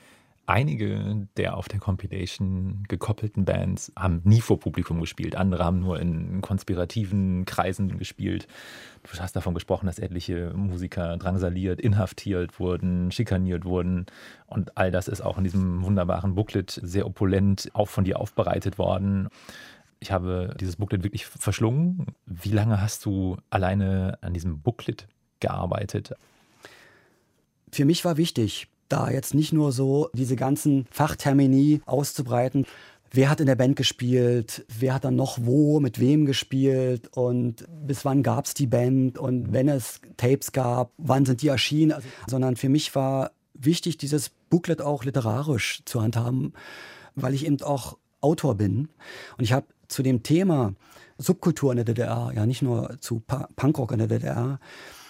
Einige der auf der Compilation gekoppelten Bands haben nie vor Publikum gespielt. Andere haben nur in konspirativen Kreisen gespielt. Du hast davon gesprochen, dass etliche Musiker drangsaliert, inhaftiert wurden, schikaniert wurden. Und all das ist auch in diesem wunderbaren Booklet sehr opulent auch von dir aufbereitet worden. Ich habe dieses Booklet wirklich verschlungen. Wie lange hast du alleine an diesem Booklet gearbeitet? Für mich war wichtig, da jetzt nicht nur so diese ganzen Fachtermini auszubreiten. Wer hat in der Band gespielt? Wer hat dann noch wo, mit wem gespielt? Und bis wann gab es die Band? Und wenn es Tapes gab, wann sind die erschienen? Also, sondern für mich war wichtig, dieses Booklet auch literarisch zu handhaben, weil ich eben auch Autor bin. Und ich habe zu dem Thema Subkultur in der DDR, ja nicht nur zu Punkrock in der DDR,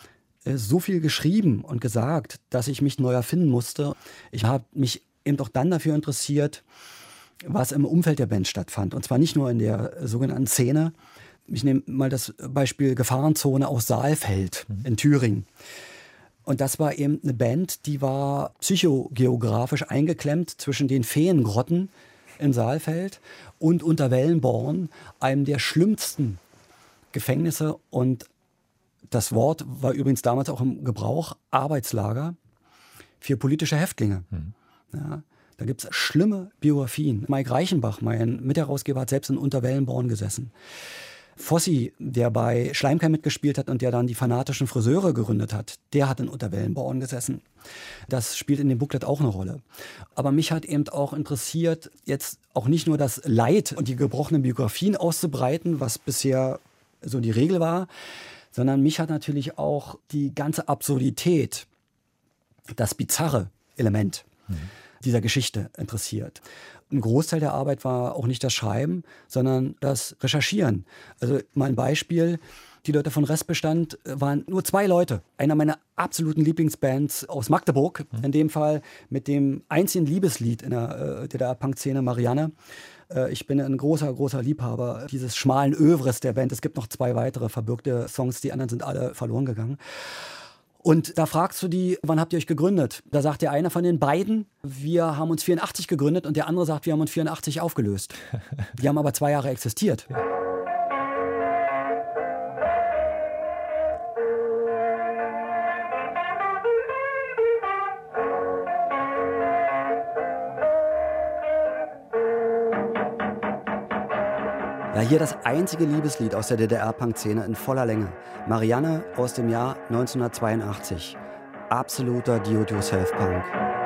so viel geschrieben und gesagt, dass ich mich neu erfinden musste. Ich habe mich eben auch dann dafür interessiert, was im Umfeld der Band stattfand. Und zwar nicht nur in der sogenannten Szene. Ich nehme mal das Beispiel Gefahrenzone aus Saalfeld in Thüringen. Und das war eben eine Band, die war psychogeografisch eingeklemmt zwischen den Feengrotten in Saalfeld und Unterwellenborn, einem der schlimmsten Gefängnisse. Und das Wort war übrigens damals auch im Gebrauch, Arbeitslager für politische Häftlinge. Ja, da gibt es schlimme Biografien. Mike Reichenbach, mein Mitherausgeber, hat selbst in Unterwellenborn gesessen. Fossi, der bei Schleimkeim mitgespielt hat und der dann die fanatischen Friseure gegründet hat, der hat in Unterwellenborn gesessen. Das spielt in dem Booklet auch eine Rolle. Aber mich hat eben auch interessiert, jetzt auch nicht nur das Leid und die gebrochenen Biografien auszubreiten, was bisher so die Regel war, sondern mich hat natürlich auch die ganze Absurdität, das bizarre Element dieser Geschichte interessiert. Ein Großteil der Arbeit war auch nicht das Schreiben, sondern das Recherchieren. Also mal ein Beispiel, die Leute von Restbestand waren nur 2 Leute. Einer meiner absoluten Lieblingsbands aus Magdeburg, in dem Fall mit dem einzigen Liebeslied in der DDR-Punk-Szene, Marianne. Ich bin ein großer, großer Liebhaber dieses schmalen Övres der Band. Es gibt noch 2 weitere verbürgte Songs, die anderen sind alle verloren gegangen. Und da fragst du die, wann habt ihr euch gegründet? Da sagt der eine von den beiden, wir haben uns 84 gegründet, und der andere sagt, wir haben uns 84 aufgelöst. Die haben aber 2 Jahre existiert. Ja, hier das einzige Liebeslied aus der DDR-Punk-Szene in voller Länge. Marianne aus dem Jahr 1982. Absoluter Do-it-yourself-Punk.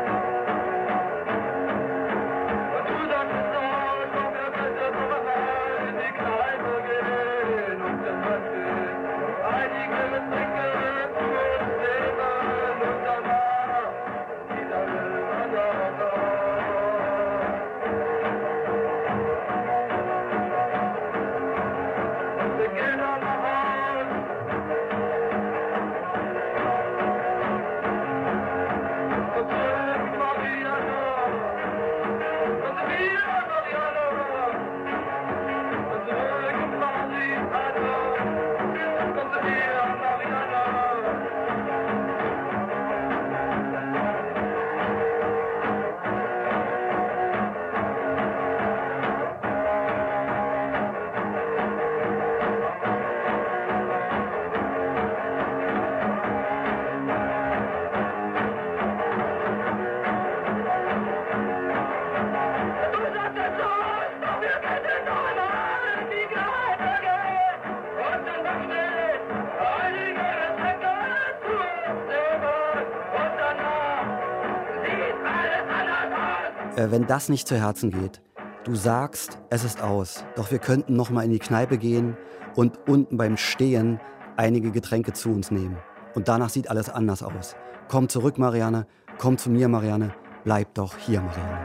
Wenn das nicht zu Herzen geht, du sagst, es ist aus, doch wir könnten noch mal in die Kneipe gehen und unten beim Stehen einige Getränke zu uns nehmen. Und danach sieht alles anders aus. Komm zurück, Marianne, komm zu mir, Marianne, bleib doch hier, Marianne.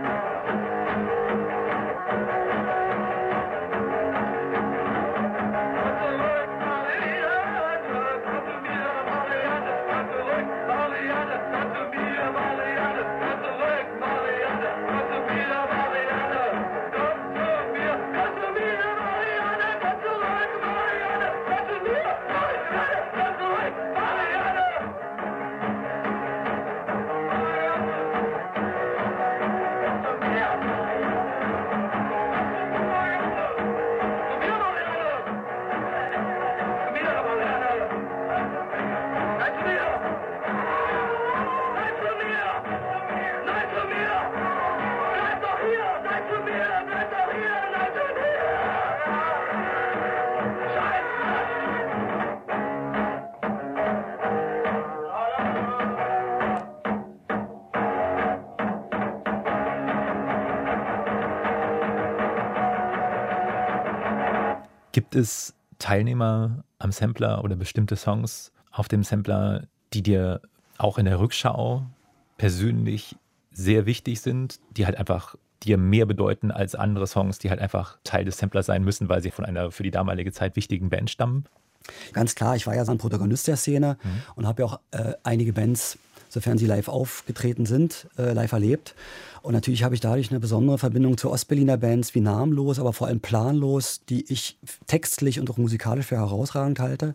Gibt es Teilnehmer am Sampler oder bestimmte Songs auf dem Sampler, die dir auch in der Rückschau persönlich sehr wichtig sind, die halt einfach dir mehr bedeuten als andere Songs, die halt einfach Teil des Samplers sein müssen, weil sie von einer für die damalige Zeit wichtigen Band stammen? Ganz klar, ich war ja so ein Protagonist der Szene und habe ja auch einige Bands, sofern sie live aufgetreten sind, live erlebt. Und natürlich habe ich dadurch eine besondere Verbindung zu Ostberliner Bands wie Namenlos, aber vor allem Planlos, die ich textlich und auch musikalisch für herausragend halte.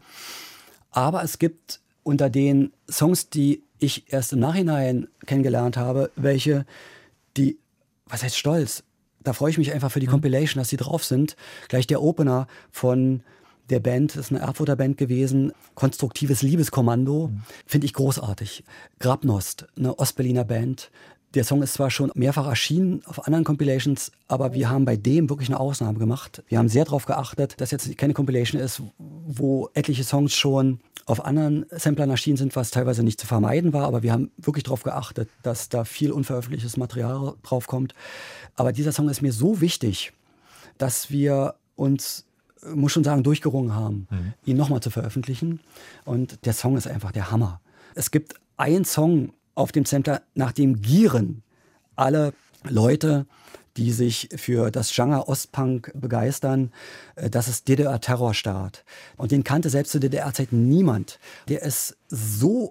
Aber es gibt unter den Songs, die ich erst im Nachhinein kennengelernt habe, welche, die, was heißt stolz? Da freue ich mich einfach für die Compilation, dass die drauf sind. Gleich der Opener von der Band, das ist eine Erfurter Band gewesen, Konstruktives Liebeskommando, finde ich großartig. Grabnost, eine Ostberliner Band. Der Song ist zwar schon mehrfach erschienen auf anderen Compilations, aber wir haben bei dem wirklich eine Ausnahme gemacht. Wir haben sehr darauf geachtet, dass jetzt keine Compilation ist, wo etliche Songs schon auf anderen Samplern erschienen sind, was teilweise nicht zu vermeiden war, aber wir haben wirklich darauf geachtet, dass da viel unveröffentlichtes Material drauf kommt. Aber dieser Song ist mir so wichtig, dass wir uns, muss schon sagen, durchgerungen haben, ihn nochmal zu veröffentlichen. Und der Song ist einfach der Hammer. Es gibt einen Song auf dem Sampler, nach dem gieren alle Leute, die sich für das Genre Ostpunk begeistern. Das ist DDR Terrorstaat. Und den kannte selbst zu DDR-Zeiten niemand. Der ist so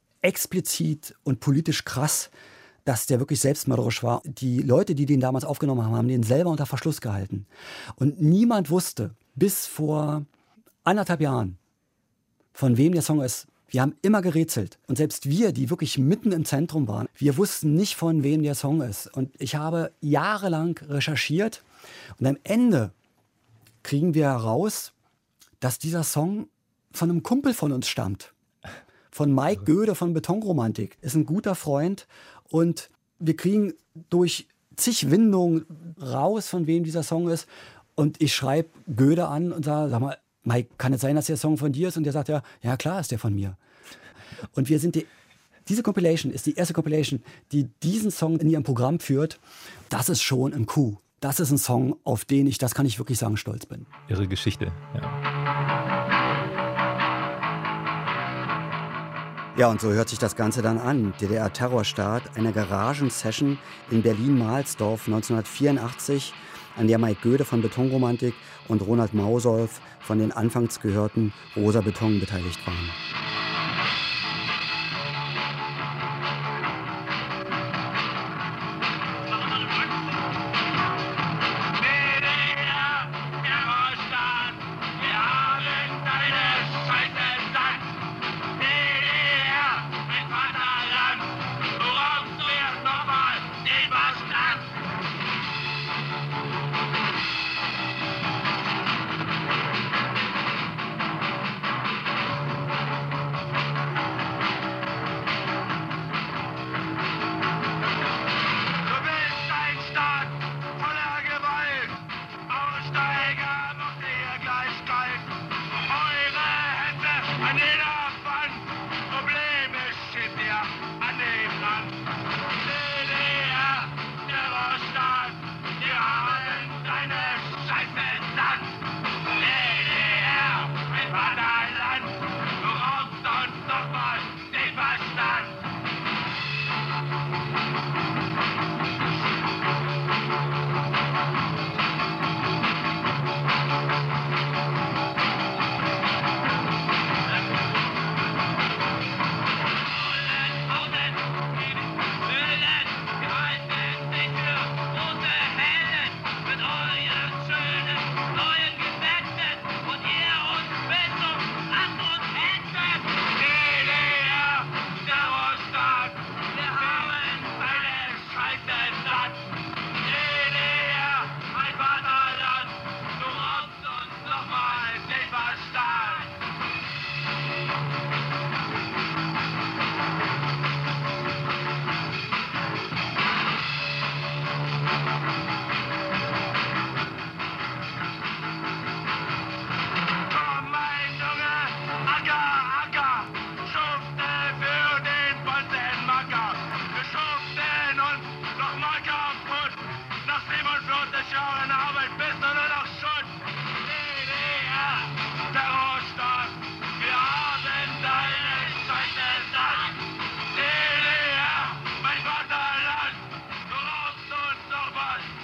explizit und politisch krass, dass der wirklich selbstmörderisch war. Die Leute, die den damals aufgenommen haben, haben den selber unter Verschluss gehalten. Und niemand wusste bis vor 1,5 Jahren, von wem der Song ist. Wir haben immer gerätselt. Und selbst wir, die wirklich mitten im Zentrum waren, wir wussten nicht, von wem der Song ist. Und ich habe jahrelang recherchiert. Und am Ende kriegen wir heraus, dass dieser Song von einem Kumpel von uns stammt. Von Mike Göde von Betonromantik. Ist ein guter Freund. Und wir kriegen durch zig Windungen raus, von wem dieser Song ist. Und ich schreibe Göde an und sage, sag mal, Mike, kann es sein, dass der Song von dir ist? Und der sagt ja klar ist der von mir. Und wir sind diese Compilation ist die erste Compilation, die diesen Song in ihrem Programm führt. Das ist schon ein Coup. Das ist ein Song, auf den ich, das kann ich wirklich sagen, stolz bin. Irre Geschichte, ja. Ja, und so hört sich das Ganze dann an. DDR Terrorstaat, eine Garagensession in Berlin-Mahlsdorf 1984, an der Mike Göde von Betonromantik und Ronald Mausolf von den anfangs gehörten Rosa Beton beteiligt waren.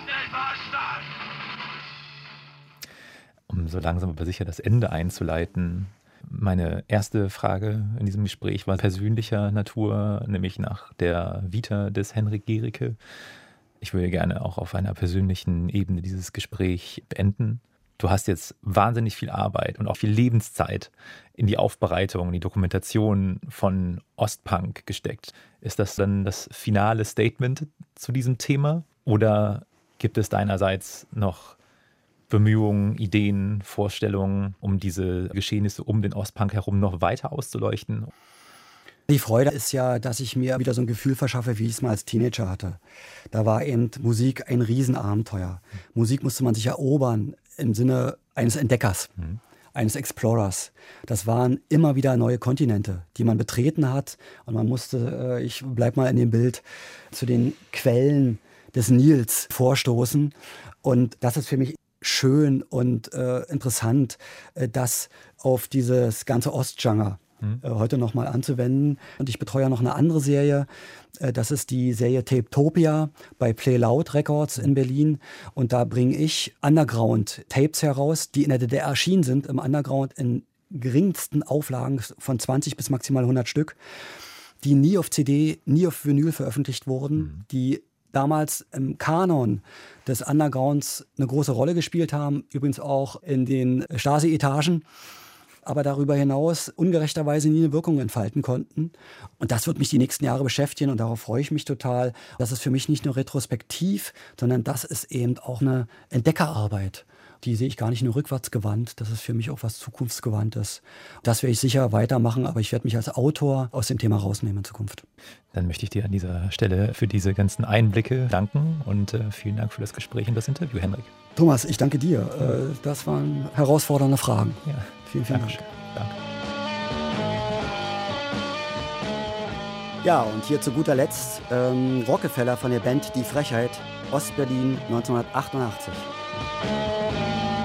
So langsam aber sicher das Ende einzuleiten, Meine erste Frage in diesem Gespräch war persönlicher Natur, nämlich nach der Vita des Henrik Gericke. Ich würde gerne auch auf einer persönlichen Ebene dieses Gespräch beenden. Du hast jetzt wahnsinnig viel Arbeit und auch viel Lebenszeit in die Aufbereitung, in die Dokumentation von Ostpunk gesteckt. Ist das dann das finale Statement zu diesem Thema? Oder gibt es deinerseits noch Bemühungen, Ideen, Vorstellungen, um diese Geschehnisse um den Ostpunk herum noch weiter auszuleuchten? Die Freude ist ja, dass ich mir wieder so ein Gefühl verschaffe, wie ich es mal als Teenager hatte. Da war eben Musik ein Riesenabenteuer. Musik musste man sich erobern im Sinne eines Entdeckers, eines Explorers. Das waren immer wieder neue Kontinente, die man betreten hat. Und man musste, ich bleib mal in dem Bild, zu den Quellen des Nils vorstoßen. Und das ist für mich schön und interessant, das auf dieses ganze Ostgenre heute nochmal anzuwenden. Und ich betreue ja noch eine andere Serie. Das ist die Serie Tapetopia bei Play Loud Records in Berlin. Und da bringe ich Underground-Tapes heraus, die in der DDR erschienen sind, im Underground in geringsten Auflagen von 20 bis maximal 100 Stück, die nie auf CD, nie auf Vinyl veröffentlicht wurden, die damals im Kanon des Undergrounds eine große Rolle gespielt haben, übrigens auch in den Stasi-Etagen, aber darüber hinaus ungerechterweise nie eine Wirkung entfalten konnten. Und das wird mich die nächsten Jahre beschäftigen und darauf freue ich mich total. Das ist für mich nicht nur retrospektiv, sondern das ist eben auch eine Entdeckerarbeit. Die sehe ich gar nicht nur rückwärts gewandt, das ist für mich auch was Zukunftsgewandtes. Das werde ich sicher weitermachen, aber ich werde mich als Autor aus dem Thema rausnehmen in Zukunft. Dann möchte ich dir an dieser Stelle für diese ganzen Einblicke danken und vielen Dank für das Gespräch und das Interview, Henrik. Thomas, ich danke dir. Das waren herausfordernde Fragen. Ja. Vielen Dank. Danke. Ja, und hier zu guter Letzt Rockefeller von der Band Die Frechheit, Ostberlin 1988.